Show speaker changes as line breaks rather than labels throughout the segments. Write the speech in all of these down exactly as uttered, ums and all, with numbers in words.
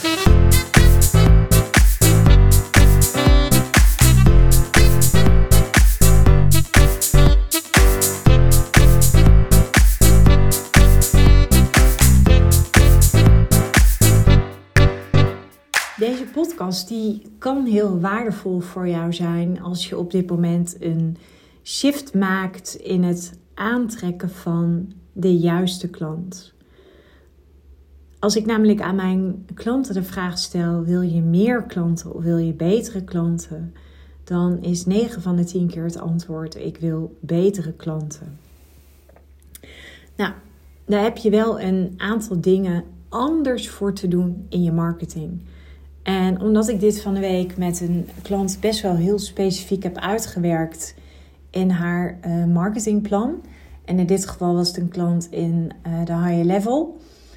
Deze podcast die kan heel waardevol voor jou zijn als je op dit moment een shift maakt in het aantrekken van de juiste klant. Als ik namelijk aan mijn klanten de vraag stel, wil je meer klanten of wil je betere klanten? Dan is negen van de tien keer het antwoord, ik wil betere klanten. Nou, daar heb je wel een aantal dingen anders voor te doen in je marketing. En omdat ik dit van de week met een klant best wel heel specifiek heb uitgewerkt in haar uh, marketingplan. En in dit geval was het een klant in uh, de higher level.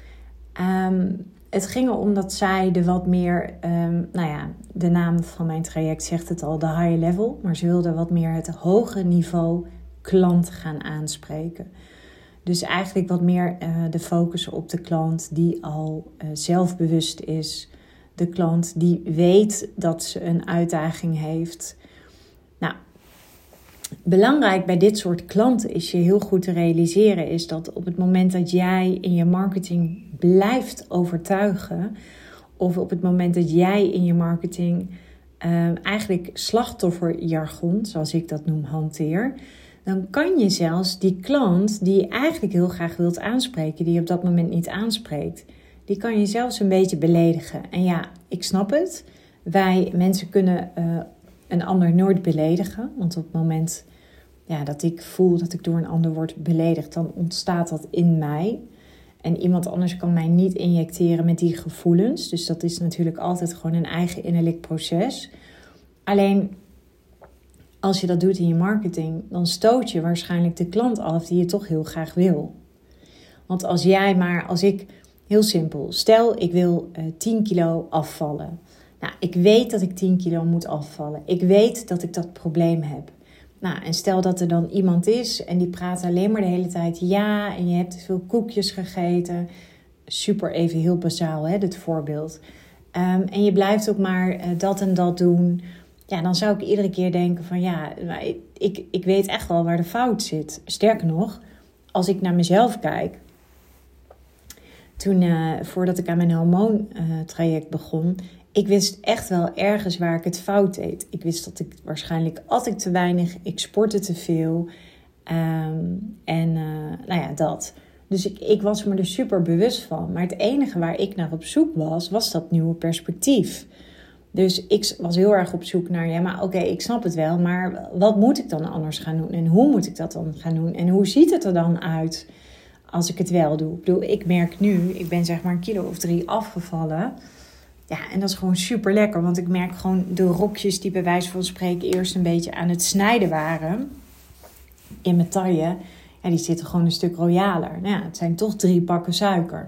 Um, het ging erom dat zij de wat meer, um, nou ja, de naam van mijn traject zegt het al, de higher level. Maar ze wilde wat meer het hogere niveau klant gaan aanspreken. Dus eigenlijk wat meer uh, de focus op de klant die al uh, zelfbewust is. De klant die weet dat ze een uitdaging heeft. Nou, belangrijk bij dit soort klanten is je heel goed te realiseren is dat op het moment dat jij in je marketing blijft overtuigen, of op het moment dat jij in je marketing uh, eigenlijk slachtofferjargon, zoals ik dat noem, hanteer, dan kan je zelfs die klant die je eigenlijk heel graag wilt aanspreken, die je op dat moment niet aanspreekt, die kan je zelfs een beetje beledigen. En ja, ik snap het. Wij mensen kunnen uh, een ander nooit beledigen. Want op het moment ja, dat ik voel dat ik door een ander word beledigd, dan ontstaat dat in mij. En iemand anders kan mij niet injecteren met die gevoelens. Dus dat is natuurlijk altijd gewoon een eigen innerlijk proces. Alleen, als je dat doet in je marketing, dan stoot je waarschijnlijk de klant af die je toch heel graag wil. Want als jij maar, als ik... Heel simpel. Stel, ik wil uh, tien kilo afvallen. Nou, ik weet dat ik tien kilo moet afvallen. Ik weet dat ik dat probleem heb. Nou, en stel dat er dan iemand is en die praat alleen maar de hele tijd ja. En je hebt te veel koekjes gegeten. Super even heel bazaal, hè, dit voorbeeld. Um, en je blijft ook maar uh, dat en dat doen. Ja, dan zou ik iedere keer denken van ja, ik, ik, ik weet echt wel waar de fout zit. Sterker nog, als ik naar mezelf kijk. Toen, uh, voordat ik aan mijn hormoontraject uh, begon, ik wist echt wel ergens waar ik het fout deed. Ik wist dat ik waarschijnlijk at ik te weinig, ik sportte te veel. Um, en uh, nou ja, dat. Dus ik, ik was me er super bewust van. Maar het enige waar ik naar op zoek was, was dat nieuwe perspectief. Dus ik was heel erg op zoek naar, ja, maar oké, okay, ik snap het wel. Maar wat moet ik dan anders gaan doen? En hoe moet ik dat dan gaan doen? En hoe ziet het er dan uit als ik het wel doe? Ik bedoel, ik merk nu, ik ben zeg maar een kilo of drie afgevallen. Ja, en dat is gewoon super lekker. Want ik merk gewoon de rokjes die bij wijze van spreken eerst een beetje aan het snijden waren in mijn taille. Ja, die zitten gewoon een stuk royaler. Nou ja, het zijn toch drie pakken suiker.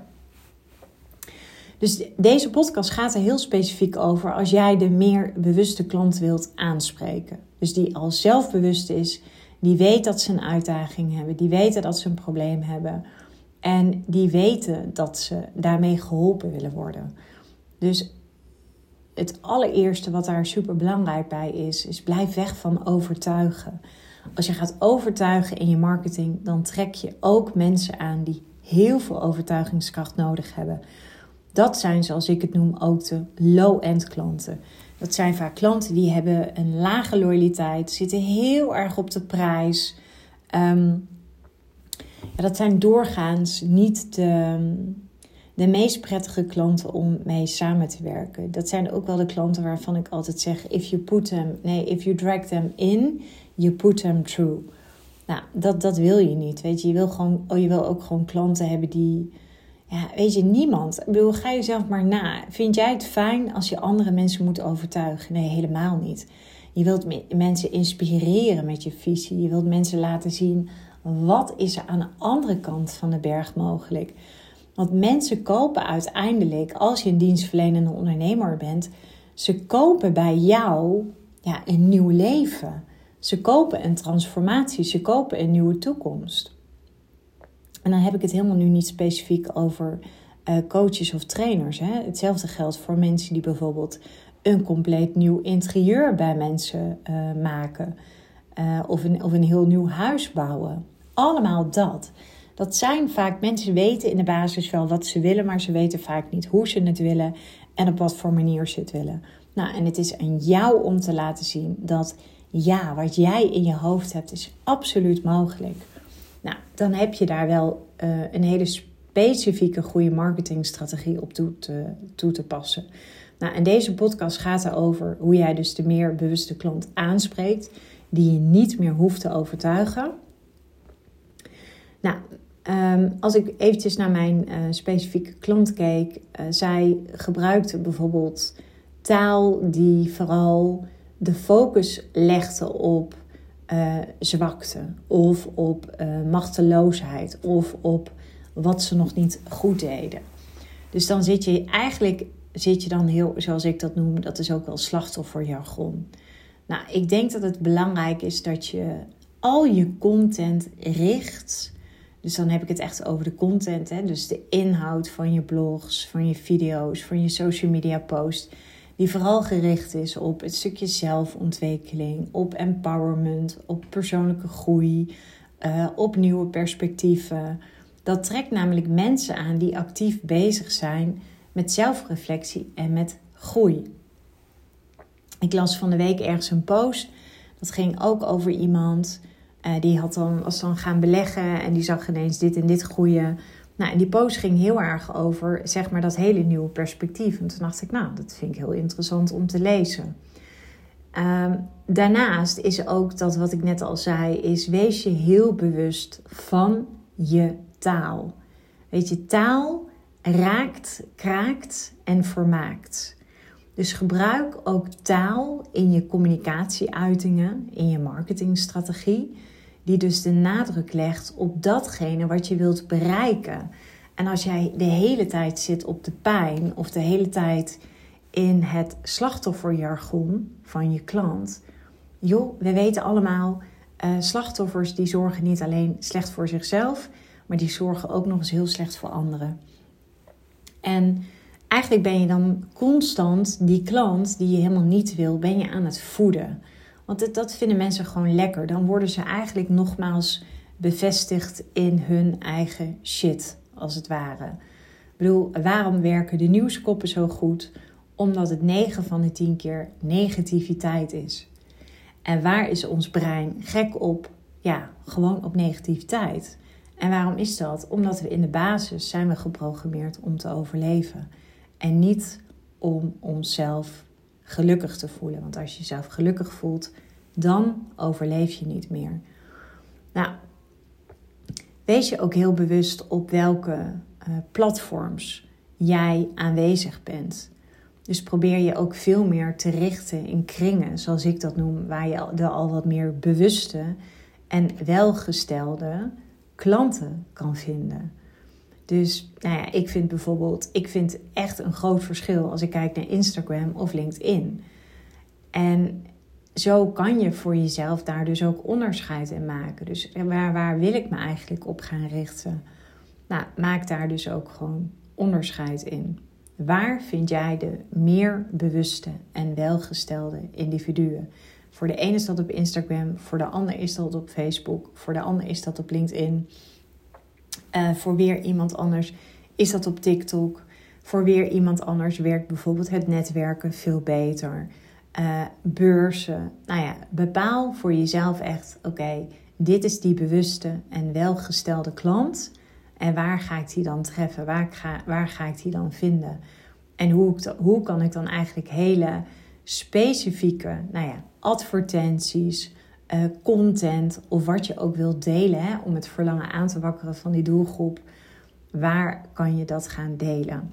Dus deze podcast gaat er heel specifiek over als jij de meer bewuste klant wilt aanspreken. Dus die al zelfbewust is, die weet dat ze een uitdaging hebben, die weten dat ze een probleem hebben en die weten dat ze daarmee geholpen willen worden. Dus het allereerste wat daar super belangrijk bij is, is blijf weg van overtuigen. Als je gaat overtuigen in je marketing, dan trek je ook mensen aan die heel veel overtuigingskracht nodig hebben. Dat zijn, zoals ik het noem, ook de low-end klanten. Dat zijn vaak klanten die hebben een lage loyaliteit, zitten heel erg op de prijs. Um, ja, dat zijn doorgaans niet de, de meest prettige klanten om mee samen te werken. Dat zijn ook wel de klanten waarvan ik altijd zeg, if you put them, nee, if you drag them in, you put them through. Nou, dat, dat wil je niet, weet je. Je wil gewoon, oh, je wil ook gewoon klanten hebben die, ja, weet je, niemand. Ik bedoel, ga jezelf maar na. Vind jij het fijn als je andere mensen moet overtuigen? Nee, helemaal niet. Je wilt me- mensen inspireren met je visie. Je wilt mensen laten zien, wat is er aan de andere kant van de berg mogelijk? Want mensen kopen uiteindelijk, als je een dienstverlenende ondernemer bent, ze kopen bij jou ja, een nieuw leven. Ze kopen een transformatie, ze kopen een nieuwe toekomst. En dan heb ik het helemaal nu niet specifiek over uh, coaches of trainers. Hè? Hetzelfde geldt voor mensen die bijvoorbeeld een compleet nieuw interieur bij mensen uh, maken. Uh, of, een, of een heel nieuw huis bouwen. Allemaal dat. Dat zijn vaak mensen weten in de basis wel wat ze willen, maar ze weten vaak niet hoe ze het willen en op wat voor manier ze het willen. Nou, en het is aan jou om te laten zien dat ja, wat jij in je hoofd hebt is absoluut mogelijk. Nou, dan heb je daar wel uh, een hele specifieke goede marketingstrategie op toe te, toe te passen. Nou, en deze podcast gaat erover hoe jij dus de meer bewuste klant aanspreekt, die je niet meer hoeft te overtuigen. Nou, um, als ik eventjes naar mijn uh, specifieke klant keek, uh, zij gebruikte bijvoorbeeld taal die vooral de focus legde op uh, zwakte of op uh, machteloosheid of op wat ze nog niet goed deden. Dus dan zit je eigenlijk zit je dan heel, zoals ik dat noem, dat is ook wel slachtofferjargon. Nou, ik denk dat het belangrijk is dat je al je content richt. Dus dan heb ik het echt over de content, hè? Dus de inhoud van je blogs, van je video's, van je social media posts, die vooral gericht is op het stukje zelfontwikkeling, op empowerment, op persoonlijke groei, uh, op nieuwe perspectieven. Dat trekt namelijk mensen aan die actief bezig zijn met zelfreflectie en met groei. Ik las van de week ergens een post. Dat ging ook over iemand uh, die had dan, was dan gaan beleggen en die zag ineens dit en dit groeien. Nou, en die post ging heel erg over, zeg maar, dat hele nieuwe perspectief. En toen dacht ik, nou, dat vind ik heel interessant om te lezen. Um, daarnaast is ook dat wat ik net al zei, is wees je heel bewust van je taal. Weet je, taal raakt, kraakt en vermaakt. Dus gebruik ook taal in je communicatieuitingen, in je marketingstrategie, die dus de nadruk legt op datgene wat je wilt bereiken. En als jij de hele tijd zit op de pijn of de hele tijd in het slachtofferjargon van je klant. Joh, we weten allemaal, uh, slachtoffers die zorgen niet alleen slecht voor zichzelf, maar die zorgen ook nog eens heel slecht voor anderen. En eigenlijk ben je dan constant die klant die je helemaal niet wil, ben je aan het voeden. Want dat, dat vinden mensen gewoon lekker. Dan worden ze eigenlijk nogmaals bevestigd in hun eigen shit, als het ware. Ik bedoel, waarom werken de nieuwskoppen zo goed? Omdat het negen van de tien keer negativiteit is. En waar is ons brein gek op? Ja, gewoon op negativiteit. En waarom is dat? Omdat we in de basis zijn we geprogrammeerd om te overleven. En niet om onszelf gelukkig te voelen. Want als je jezelf gelukkig voelt, dan overleef je niet meer. Nou, wees je ook heel bewust op welke uh, platforms jij aanwezig bent. Dus probeer je ook veel meer te richten in kringen, zoals ik dat noem, waar je de al wat meer bewuste en welgestelde klanten kan vinden. Dus nou ja, ik vind bijvoorbeeld, ik vind echt een groot verschil als ik kijk naar Instagram of LinkedIn. En zo kan je voor jezelf daar dus ook onderscheid in maken. Dus waar, waar wil ik me eigenlijk op gaan richten? Nou, maak daar dus ook gewoon onderscheid in. Waar vind jij de meer bewuste en welgestelde individuen? Voor de ene is dat op Instagram, voor de ander is dat op Facebook, voor de ander is dat op LinkedIn. Uh, voor weer iemand anders is dat op TikTok. Voor weer iemand anders werkt bijvoorbeeld het netwerken veel beter. Uh, beurzen. Nou ja, bepaal voor jezelf echt, oké, okay, dit is die bewuste en welgestelde klant. En waar ga ik die dan treffen? Waar ga, waar ga ik die dan vinden? En hoe, hoe kan ik dan eigenlijk hele specifieke, nou ja, advertenties, uh, content of wat je ook wilt delen, hè, om het verlangen aan te wakkeren van die doelgroep, waar kan je dat gaan delen?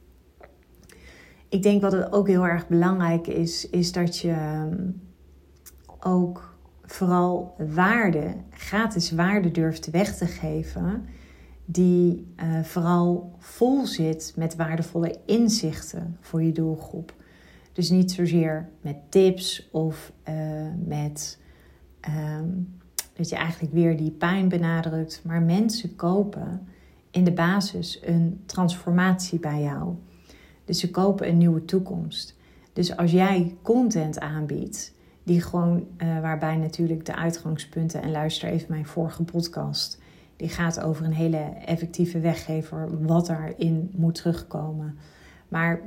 Ik denk wat het ook heel erg belangrijk is, is dat je ook vooral waarde, gratis waarde durft weg te geven, die uh, vooral vol zit met waardevolle inzichten voor je doelgroep. Dus niet zozeer met tips of uh, met um, dat je eigenlijk weer die pijn benadrukt, maar mensen kopen in de basis een transformatie bij jou. Dus ze kopen een nieuwe toekomst. Dus als jij content aanbiedt, die gewoon, uh, waarbij natuurlijk de uitgangspunten, en luister even mijn vorige podcast, die gaat over een hele effectieve weggever, wat daarin moet terugkomen. Maar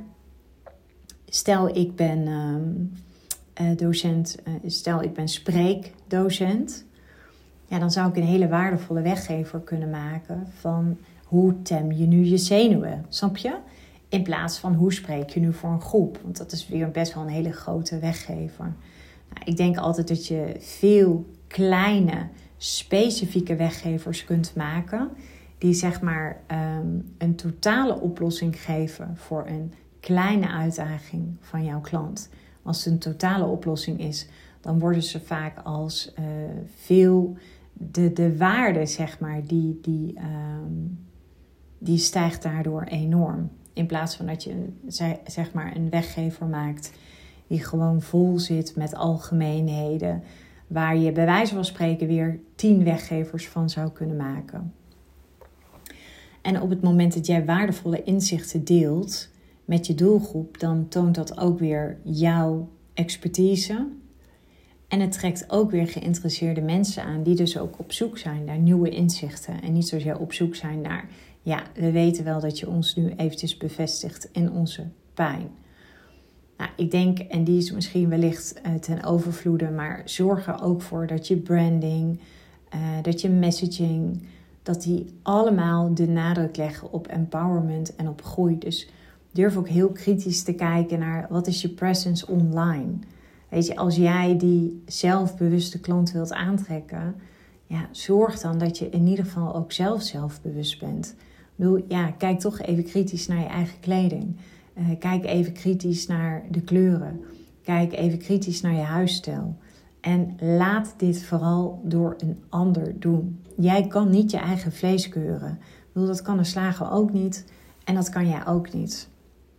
stel ik ben um, uh, docent, uh, stel ik ben spreekdocent, ja, dan zou ik een hele waardevolle weggever kunnen maken van hoe tem je nu je zenuwen, snap je? In plaats van hoe spreek je nu voor een groep, want dat is weer best wel een hele grote weggever. Nou, ik denk altijd dat je veel kleine, specifieke weggevers kunt maken, die zeg maar um, een totale oplossing geven voor een kleine uitdaging van jouw klant. Als het een totale oplossing is, dan worden ze vaak als uh, veel, de, de waarde zeg maar, die, die, um, die stijgt daardoor enorm. In plaats van dat je zeg maar een weggever maakt die gewoon vol zit met algemeenheden, waar je bij wijze van spreken weer tien weggevers van zou kunnen maken. En op het moment dat jij waardevolle inzichten deelt met je doelgroep, dan toont dat ook weer jouw expertise. En het trekt ook weer geïnteresseerde mensen aan die dus ook op zoek zijn naar nieuwe inzichten. En niet zozeer op zoek zijn naar, ja, we weten wel dat je ons nu eventjes bevestigt in onze pijn. Nou, ik denk, en die is misschien wellicht uh, ten overvloede, maar zorg er ook voor dat je branding, uh, dat je messaging, dat die allemaal de nadruk leggen op empowerment en op groei. Dus durf ook heel kritisch te kijken naar wat is je presence online. Weet je, als jij die zelfbewuste klant wilt aantrekken, ja, zorg dan dat je in ieder geval ook zelf zelfbewust bent. Ik bedoel, ja, kijk toch even kritisch naar je eigen kleding. Uh, kijk even kritisch naar de kleuren. Kijk even kritisch naar je huisstijl. En laat dit vooral door een ander doen. Jij kan niet je eigen vlees keuren. Ik bedoel, dat kan een slager ook niet. En dat kan jij ook niet.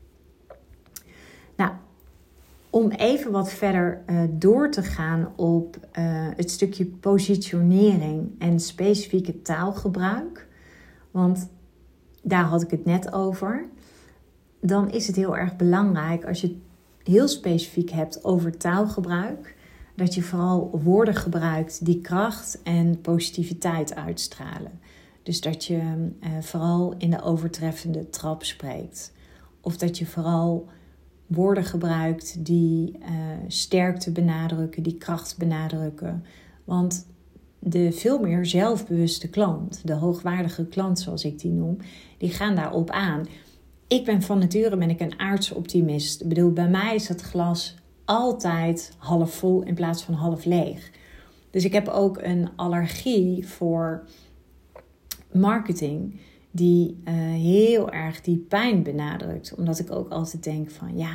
Nou, om even wat verder uh, door te gaan op uh, het stukje positionering en specifieke taalgebruik. Want daar had ik het net over. Dan is het heel erg belangrijk als je het heel specifiek hebt over taalgebruik, dat je vooral woorden gebruikt die kracht en positiviteit uitstralen. Dus dat je uh, vooral in de overtreffende trap spreekt. Of dat je vooral woorden gebruikt die uh, sterkte benadrukken, die kracht benadrukken. Want de veel meer zelfbewuste klant, de hoogwaardige klant zoals ik die noem, die gaan daarop aan. Ik ben van nature ben ik een aardse optimist. Ik bedoel, bij mij is het glas altijd half vol in plaats van half leeg. Dus ik heb ook een allergie voor marketing die uh, heel erg die pijn benadrukt. Omdat ik ook altijd denk van ja,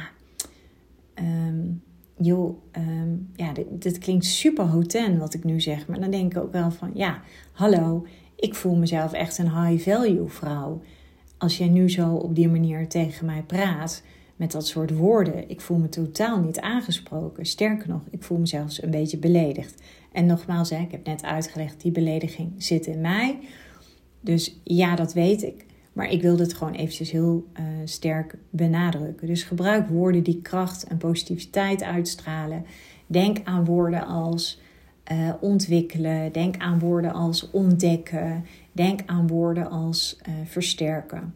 um, joh, um, ja, dit, dit klinkt super hoten wat ik nu zeg. Maar dan denk ik ook wel van ja, hallo, ik voel mezelf echt een high value vrouw. Als jij nu zo op die manier tegen mij praat, met dat soort woorden, ik voel me totaal niet aangesproken. Sterker nog, ik voel me zelfs een beetje beledigd. En nogmaals, hè, ik heb net uitgelegd, die belediging zit in mij. Dus ja, dat weet ik. Maar ik wil het gewoon eventjes heel uh, sterk benadrukken. Dus gebruik woorden die kracht en positiviteit uitstralen. Denk aan woorden als uh, ontwikkelen. Denk aan woorden als ontdekken. Denk aan woorden als uh, versterken.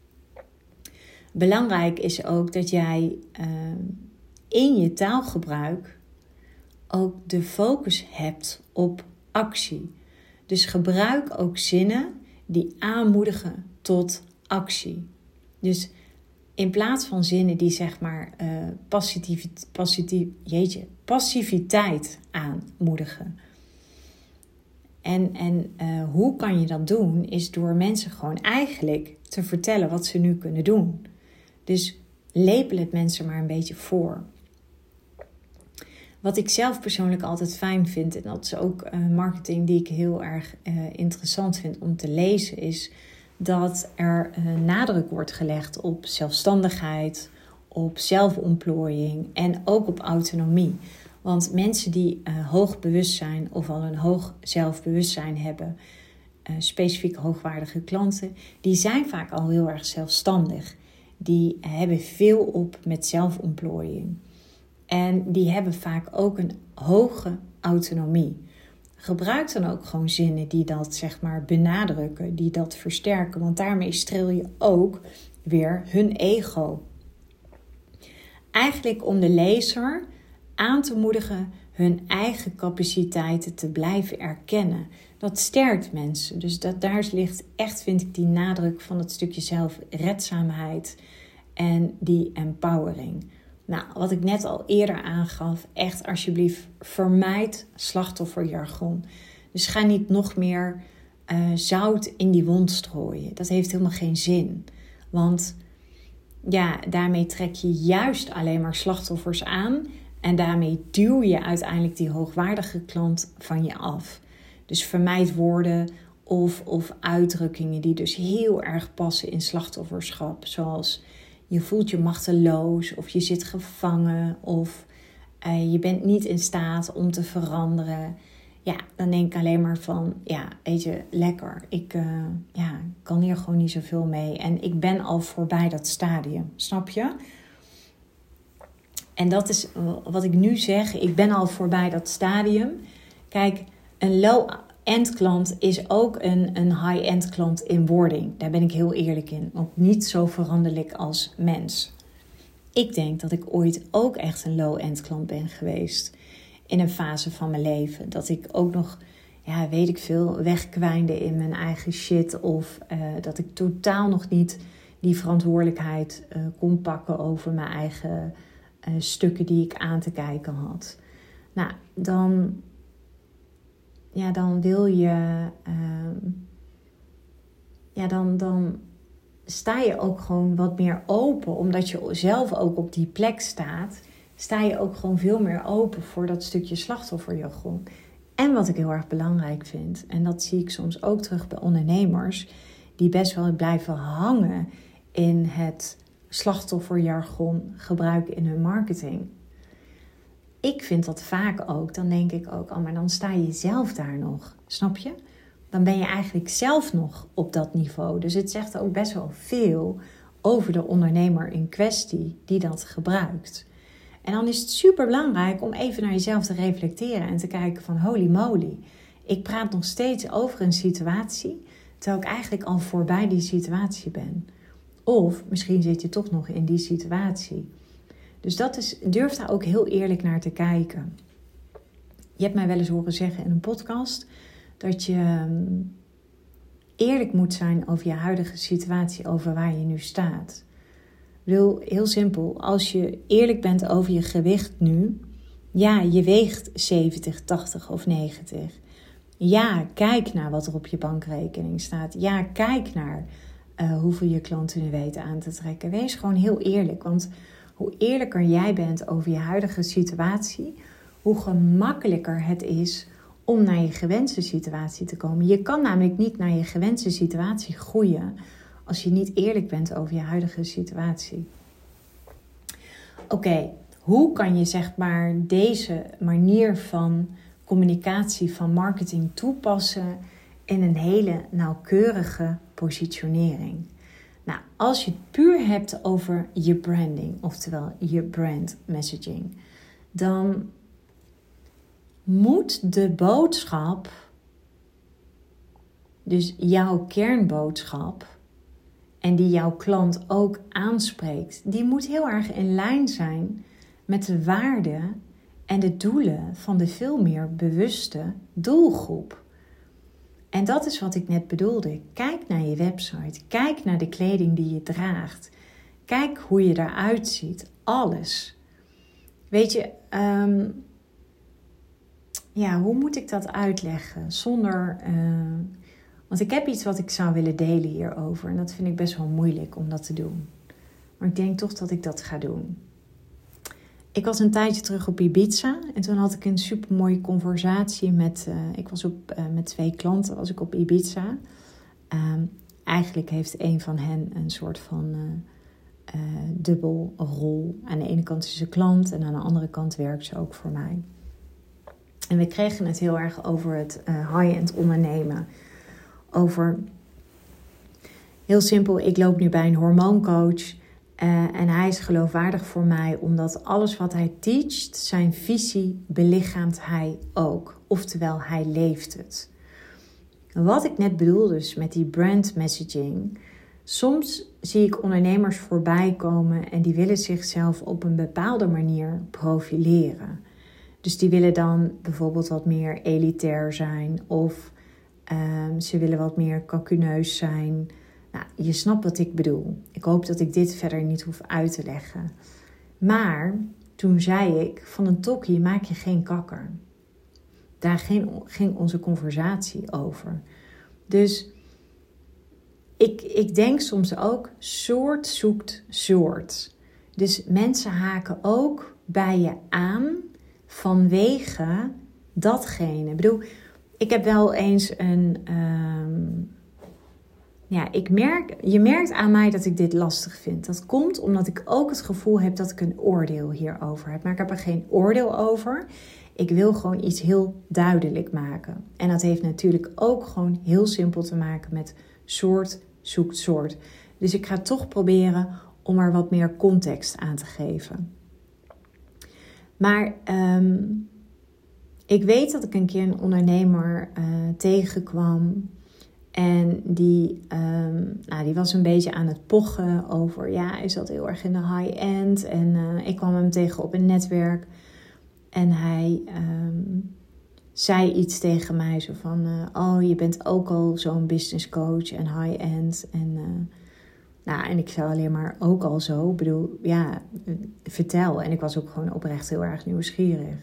Belangrijk is ook dat jij uh, in je taalgebruik ook de focus hebt op actie. Dus gebruik ook zinnen die aanmoedigen tot actie. Dus in plaats van zinnen die zeg maar uh, passief, passief, jeetje, passiviteit aanmoedigen. En, en uh, hoe kan je dat doen? Is door mensen gewoon eigenlijk te vertellen wat ze nu kunnen doen. Dus lepel het mensen maar een beetje voor. Wat ik zelf persoonlijk altijd fijn vind, en dat is ook uh, marketing die ik heel erg uh, interessant vind om te lezen, is dat er uh, nadruk wordt gelegd op zelfstandigheid, op zelfontplooiing en ook op autonomie. Want mensen die uh, hoog bewustzijn of al een hoog zelfbewustzijn hebben, uh, specifiek hoogwaardige klanten, die zijn vaak al heel erg zelfstandig. Die hebben veel op met zelfontplooiing. En die hebben vaak ook een hoge autonomie. Gebruik dan ook gewoon zinnen die dat zeg maar benadrukken, die dat versterken. Want daarmee streel je ook weer hun ego. Eigenlijk om de lezer aan te moedigen hun eigen capaciteiten te blijven erkennen. Dat sterkt mensen. Dus dat, daar ligt echt, vind ik, die nadruk van het stukje zelfredzaamheid en die empowering. Nou, wat ik net al eerder aangaf, echt alsjeblieft vermijd slachtofferjargon. Dus ga niet nog meer uh, zout in die wond strooien. Dat heeft helemaal geen zin. Want ja, daarmee trek je juist alleen maar slachtoffers aan. En daarmee duw je uiteindelijk die hoogwaardige klant van je af. Dus vermijd woorden of, of uitdrukkingen die dus heel erg passen in slachtofferschap. Zoals je voelt je machteloos of je zit gevangen of uh, je bent niet in staat om te veranderen. Ja, dan denk ik alleen maar van, ja, weet je, lekker. Ik uh, ja, kan hier gewoon niet zoveel mee. En ik ben al voorbij dat stadium, snap je? En dat is wat ik nu zeg. Ik ben al voorbij dat stadium. Kijk, een low-end klant is ook een, een high-end klant in wording. Daar ben ik heel eerlijk in. Want niet zo veranderlijk als mens. Ik denk dat ik ooit ook echt een low-end klant ben geweest. In een fase van mijn leven. Dat ik ook nog, ja, weet ik veel, wegkwijnde in mijn eigen shit. Of uh, dat ik totaal nog niet die verantwoordelijkheid uh, kon pakken over mijn eigen uh, stukken die ik aan te kijken had. Nou, dan, ja, dan wil je, uh, ja, dan, dan sta je ook gewoon wat meer open. Omdat je zelf ook op die plek staat, sta je ook gewoon veel meer open voor dat stukje slachtofferjargon. En wat ik heel erg belangrijk vind, en dat zie ik soms ook terug bij ondernemers, die best wel blijven hangen in het slachtofferjargon gebruiken in hun marketing. Ik vind dat vaak ook, dan denk ik ook, oh, maar dan sta je zelf daar nog, snap je? Dan ben je eigenlijk zelf nog op dat niveau. Dus het zegt ook best wel veel over de ondernemer in kwestie die dat gebruikt. En dan is het super belangrijk om even naar jezelf te reflecteren en te kijken van holy moly. Ik praat nog steeds over een situatie, terwijl ik eigenlijk al voorbij die situatie ben. Of misschien zit je toch nog in die situatie. Dus dat is, durf daar ook heel eerlijk naar te kijken. Je hebt mij wel eens horen zeggen in een podcast dat je eerlijk moet zijn over je huidige situatie, over waar je nu staat. Ik bedoel, heel simpel, als je eerlijk bent over je gewicht nu, ja, je weegt zeventig, tachtig of negentig. Ja, kijk naar wat er op je bankrekening staat. Ja, kijk naar uh, hoeveel je klanten nu weten aan te trekken. Wees gewoon heel eerlijk, want hoe eerlijker jij bent over je huidige situatie, hoe gemakkelijker het is om naar je gewenste situatie te komen. Je kan namelijk niet naar je gewenste situatie groeien als je niet eerlijk bent over je huidige situatie. Oké, okay, hoe kan je zeg maar deze manier van communicatie, van marketing toepassen in een hele nauwkeurige positionering? Nou, als je het puur hebt over je branding, oftewel je brand messaging, dan moet de boodschap, dus jouw kernboodschap, en die jouw klant ook aanspreekt, die moet heel erg in lijn zijn met de waarden en de doelen van de veel meer bewuste doelgroep. En dat is wat ik net bedoelde. Kijk naar je website. Kijk naar de kleding die je draagt. Kijk hoe je eruit ziet. Alles. Weet je, um, ja, hoe moet ik dat uitleggen? Zonder, uh, want ik heb iets wat ik zou willen delen hierover. En dat vind ik best wel moeilijk om dat te doen. Maar ik denk toch dat ik dat ga doen. Ik was een tijdje terug op Ibiza en toen had ik een super mooie conversatie met, uh, ik was op, uh, met twee klanten was ik op Ibiza. Um, eigenlijk heeft een van hen een soort van uh, uh, dubbel rol. Aan de ene kant is ze klant en aan de andere kant werkt ze ook voor mij. En we kregen het heel erg over het uh, high-end ondernemen. over, heel simpel, ik loop nu bij een hormooncoach uh, en hij is geloofwaardig voor mij omdat alles wat hij teacht, zijn visie belichaamt hij ook. Oftewel, hij leeft het. Wat ik net bedoel dus met die brand messaging, soms zie ik ondernemers voorbij komen en die willen zichzelf op een bepaalde manier profileren. Dus die willen dan bijvoorbeeld wat meer elitair zijn of um, ze willen wat meer calcuneus zijn. Nou, je snapt wat ik bedoel. Ik hoop dat ik dit verder niet hoef uit te leggen. Maar toen zei ik, van een tokkie maak je geen kakker. Daar ging, ging onze conversatie over. Dus ik, ik denk soms ook, soort zoekt soort. Dus mensen haken ook bij je aan vanwege datgene. Ik bedoel, ik heb wel eens een... Um, ja, ik merk, je merkt aan mij dat ik dit lastig vind. Dat komt omdat ik ook het gevoel heb dat ik een oordeel hierover heb. Maar ik heb er geen oordeel over. Ik wil gewoon iets heel duidelijk maken. En dat heeft natuurlijk ook gewoon heel simpel te maken met soort zoekt soort. Dus ik ga toch proberen om er wat meer context aan te geven. Maar um, ik weet dat ik een keer een ondernemer uh, tegenkwam. En die, um, nou, die was een beetje aan het pochen over, ja, hij zat heel erg in de high-end. En uh, ik kwam hem tegen op een netwerk. En hij um, zei iets tegen mij, zo van, uh, oh, je bent ook al zo'n business coach en high-end. En, uh, nou, en ik zei alleen maar, ook al zo. Ik bedoel, ja, vertel. En ik was ook gewoon oprecht heel erg nieuwsgierig.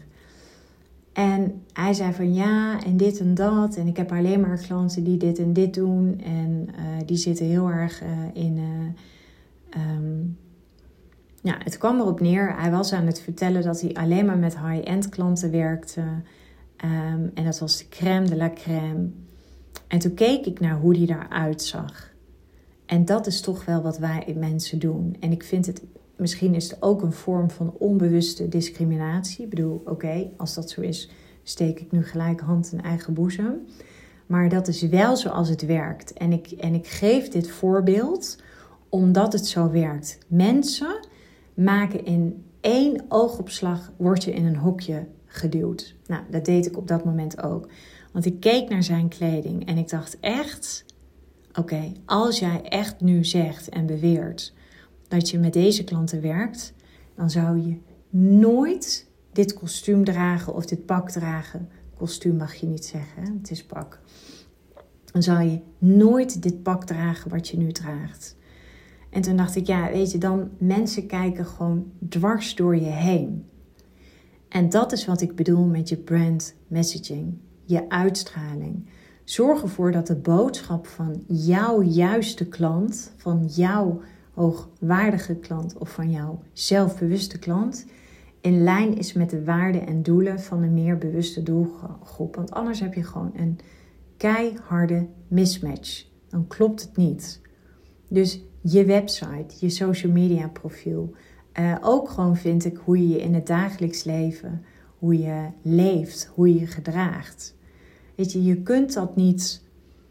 En hij zei van ja, en dit en dat. En ik heb alleen maar klanten die dit en dit doen. En uh, die zitten heel erg uh, in... Uh, um, ja, het kwam erop neer. Hij was aan het vertellen dat hij alleen maar met high-end klanten werkte. Um, en dat was de crème de la crème. En toen keek ik naar hoe die eruit zag. En dat is toch wel wat wij mensen doen. En ik vind het... Misschien is het ook een vorm van onbewuste discriminatie. Ik bedoel, oké, okay, als dat zo is, steek ik nu gelijk hand in eigen boezem. Maar dat is wel zoals het werkt. En ik, en ik geef dit voorbeeld omdat het zo werkt. Mensen maken in één oogopslag, word je in een hokje geduwd. Nou, dat deed ik op dat moment ook. Want ik keek naar zijn kleding en ik dacht echt... Oké, okay, als jij echt nu zegt en beweert... dat je met deze klanten werkt, dan zou je nooit dit kostuum dragen of dit pak dragen. Kostuum mag je niet zeggen, hè? Het is pak. Dan zou je nooit dit pak dragen wat je nu draagt. En toen dacht ik, ja, weet je, dan mensen kijken gewoon dwars door je heen. En dat is wat ik bedoel met je brand messaging, je uitstraling. Zorg ervoor dat de boodschap van jouw juiste klant, van jouw hoogwaardige klant of van jouw zelfbewuste klant in lijn is met de waarden en doelen van een meer bewuste doelgroep. Want anders heb je gewoon een keiharde mismatch. Dan klopt het niet. Dus je website, je social media profiel. Uh, ook gewoon vind ik hoe je je in het dagelijks leven, hoe je leeft, hoe je je gedraagt. Weet je, je kunt dat niet...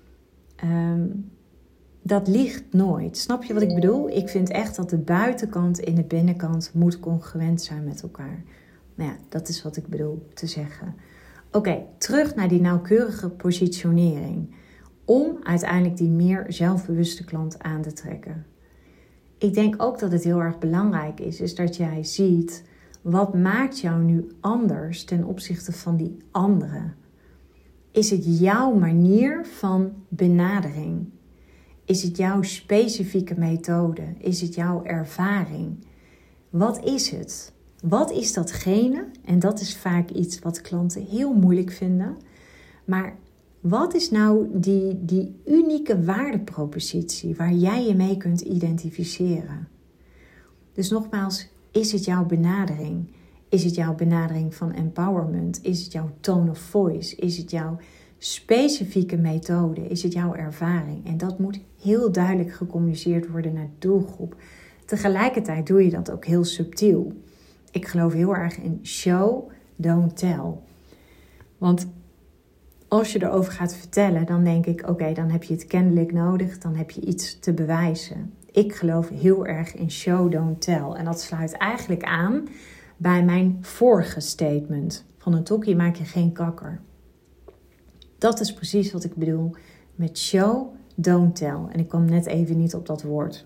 Um, Dat ligt nooit. Snap je wat ik bedoel? Ik vind echt dat de buitenkant en de binnenkant moet congruent zijn met elkaar. Nou ja, dat is wat ik bedoel te zeggen. Oké, okay, terug naar die nauwkeurige positionering. Om uiteindelijk die meer zelfbewuste klant aan te trekken. Ik denk ook dat het heel erg belangrijk is, is dat jij ziet... wat maakt jou nu anders ten opzichte van die anderen? Is het jouw manier van benadering? Is het jouw specifieke methode? Is het jouw ervaring? Wat is het? Wat is datgene? En dat is vaak iets wat klanten heel moeilijk vinden. Maar wat is nou die, die unieke waardepropositie waar jij je mee kunt identificeren? Dus nogmaals, is het jouw benadering? Is het jouw benadering van empowerment? Is het jouw tone of voice? Is het jouw specifieke methode? Is het jouw ervaring? En dat moet heel duidelijk gecommuniceerd worden naar de doelgroep. Tegelijkertijd doe je dat ook heel subtiel. Ik geloof heel erg in show, don't tell. Want als je erover gaat vertellen, dan denk ik, oké, okay, dan heb je het kennelijk nodig. Dan heb je iets te bewijzen. Ik geloof heel erg in show, don't tell. En dat sluit eigenlijk aan bij mijn vorige statement. Van een tokkie maak je geen kakker. Dat is precies wat ik bedoel met show, don't tell. En ik kwam net even niet op dat woord.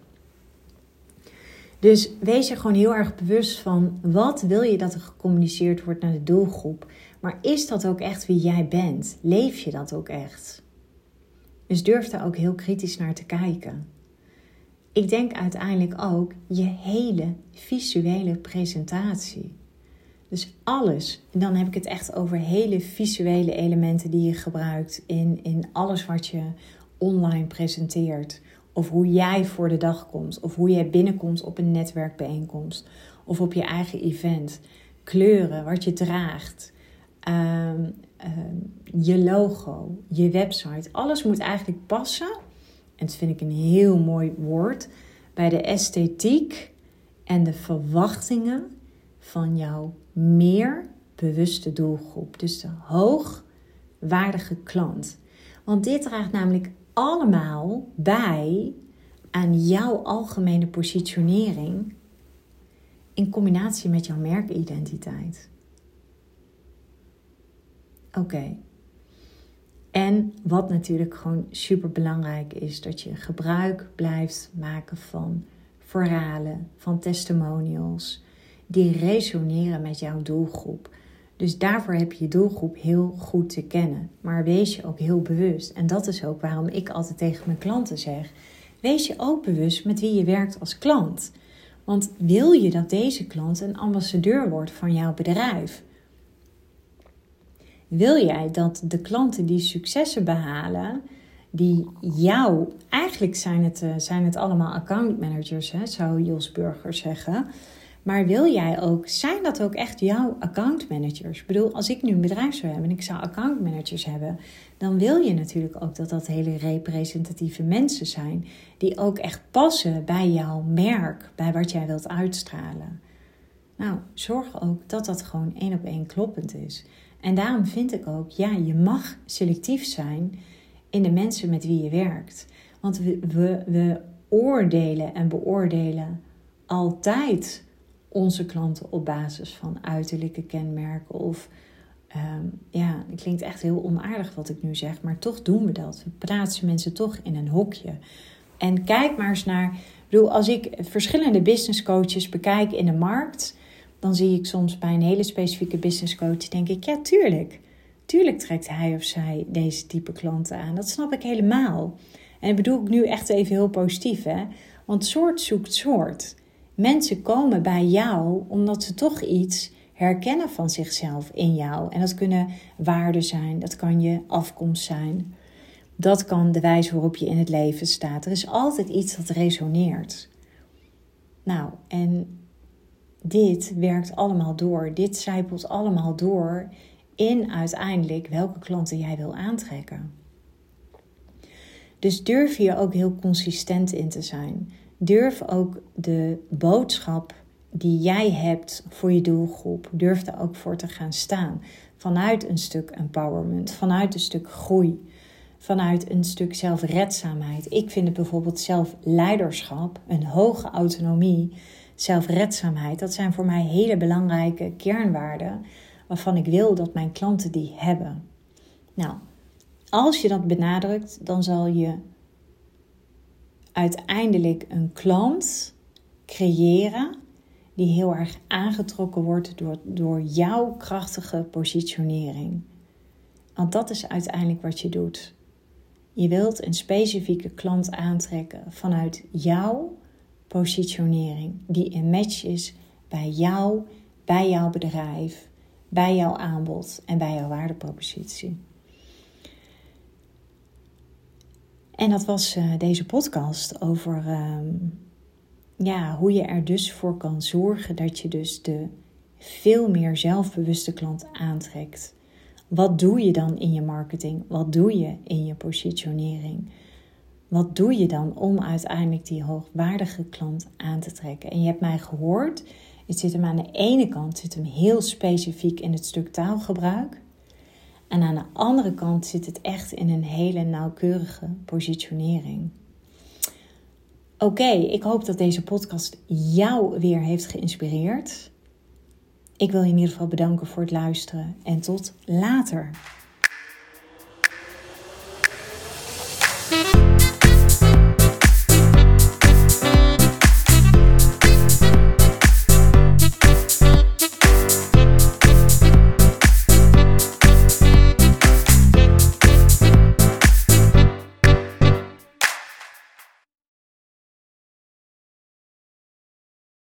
Dus wees je gewoon heel erg bewust van wat wil je dat er gecommuniceerd wordt naar de doelgroep. Maar is dat ook echt wie jij bent? Leef je dat ook echt? Dus durf daar ook heel kritisch naar te kijken. Ik denk uiteindelijk ook je hele visuele presentatie. Dus alles, en dan heb ik het echt over hele visuele elementen die je gebruikt in, in alles wat je online presenteert. Of hoe jij voor de dag komt. Of hoe jij binnenkomt op een netwerkbijeenkomst. Of op je eigen event. Kleuren, wat je draagt. Um, um, je logo, je website. Alles moet eigenlijk passen. En dat vind ik een heel mooi woord. Bij de esthetiek en de verwachtingen van jouw meer bewuste doelgroep. Dus de hoogwaardige klant. Want dit draagt namelijk allemaal bij aan jouw algemene positionering in combinatie met jouw merkidentiteit. Oké. Okay. En wat natuurlijk gewoon super belangrijk is, dat je gebruik blijft maken van verhalen, van testimonials, die resoneren met jouw doelgroep. Dus daarvoor heb je je doelgroep heel goed te kennen. Maar wees je ook heel bewust. En dat is ook waarom ik altijd tegen mijn klanten zeg, wees je ook bewust met wie je werkt als klant. Want wil je dat deze klant een ambassadeur wordt van jouw bedrijf? Wil jij dat de klanten die successen behalen, die jou, eigenlijk zijn het, zijn het allemaal accountmanagers, hè, zou Jos Burger zeggen. Maar wil jij ook, zijn dat ook echt jouw accountmanagers? Ik bedoel, als ik nu een bedrijf zou hebben en ik zou accountmanagers hebben, dan wil je natuurlijk ook dat dat hele representatieve mensen zijn, die ook echt passen bij jouw merk, bij wat jij wilt uitstralen. Nou, zorg ook dat dat gewoon één op één kloppend is. En daarom vind ik ook, ja, je mag selectief zijn in de mensen met wie je werkt. Want we, we, we oordelen en beoordelen altijd onze klanten op basis van uiterlijke kenmerken. Of, um, ja, het klinkt echt heel onaardig wat ik nu zeg, maar toch doen we dat. We plaatsen mensen toch in een hokje. En kijk maar eens naar, ik bedoel, als ik verschillende business coaches bekijk in de markt, dan zie ik soms bij een hele specifieke business coach, denk ik, ja, tuurlijk. Tuurlijk trekt hij of zij deze type klanten aan. Dat snap ik helemaal. En dat bedoel ik nu echt even heel positief, hè. Want soort zoekt soort. Mensen komen bij jou omdat ze toch iets herkennen van zichzelf in jou. En dat kunnen waarden zijn, dat kan je afkomst zijn. Dat kan de wijze waarop je in het leven staat. Er is altijd iets dat resoneert. Nou, en dit werkt allemaal door. Dit zijpelt allemaal door in uiteindelijk welke klanten jij wil aantrekken. Dus durf hier ook heel consistent in te zijn. Durf ook de boodschap die jij hebt voor je doelgroep, durf daar ook voor te gaan staan. Vanuit een stuk empowerment, vanuit een stuk groei, vanuit een stuk zelfredzaamheid. Ik vind het bijvoorbeeld zelfleiderschap, een hoge autonomie, zelfredzaamheid, dat zijn voor mij hele belangrijke kernwaarden waarvan ik wil dat mijn klanten die hebben. Nou, als je dat benadrukt, dan zal je uiteindelijk een klant creëren die heel erg aangetrokken wordt door, door jouw krachtige positionering. Want dat is uiteindelijk wat je doet. Je wilt een specifieke klant aantrekken vanuit jouw positionering, die een match is bij jou, bij jouw bedrijf, bij jouw aanbod en bij jouw waardepropositie. En dat was uh, deze podcast over uh, ja, hoe je er dus voor kan zorgen dat je dus de veel meer zelfbewuste klant aantrekt. Wat doe je dan in je marketing? Wat doe je in je positionering? Wat doe je dan om uiteindelijk die hoogwaardige klant aan te trekken? En je hebt mij gehoord, het zit hem aan de ene kant zit hem heel specifiek in het stuk taalgebruik. En aan de andere kant zit het echt in een hele nauwkeurige positionering. Oké, okay, ik hoop dat deze podcast jou weer heeft geïnspireerd. Ik wil je in ieder geval bedanken voor het luisteren en tot later.